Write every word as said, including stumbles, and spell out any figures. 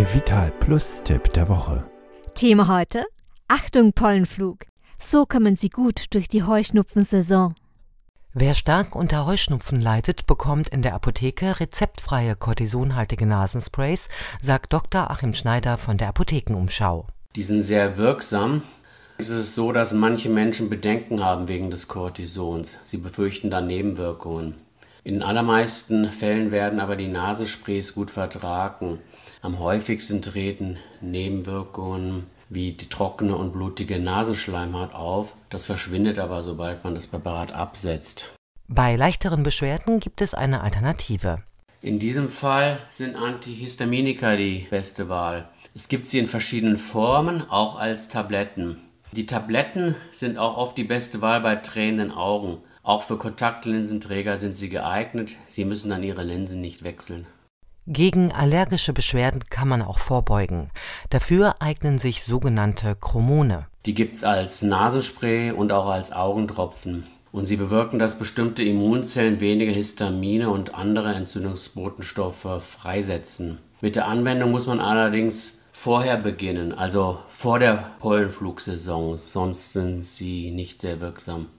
Der Vital Plus Tipp der Woche. Thema heute: Achtung Pollenflug. So kommen Sie gut durch die Heuschnupfensaison. Wer stark unter Heuschnupfen leidet, bekommt in der Apotheke rezeptfreie kortisonhaltige Nasensprays, sagt Doktor Achim Schneider von der Apothekenumschau. Die sind sehr wirksam. Es ist so, dass manche Menschen Bedenken haben wegen des Cortisons. Sie befürchten dann Nebenwirkungen. In den allermeisten Fällen werden aber die Nasensprays gut vertragen. Am häufigsten treten Nebenwirkungen wie die trockene und blutige Nasenschleimhaut auf. Das verschwindet aber, sobald man das Präparat absetzt. Bei leichteren Beschwerden gibt es eine Alternative. In diesem Fall sind Antihistaminika die beste Wahl. Es gibt sie in verschiedenen Formen, auch als Tabletten. Die Tabletten sind auch oft die beste Wahl bei tränenden Augen. Auch für Kontaktlinsenträger sind sie geeignet. Sie müssen dann ihre Linsen nicht wechseln. Gegen allergische Beschwerden kann man auch vorbeugen. Dafür eignen sich sogenannte Chromone. Die gibt's als Nasenspray und auch als Augentropfen. Und sie bewirken, dass bestimmte Immunzellen weniger Histamine und andere Entzündungsbotenstoffe freisetzen. Mit der Anwendung muss man allerdings vorher beginnen, also vor der Pollenflugsaison, sonst sind sie nicht sehr wirksam.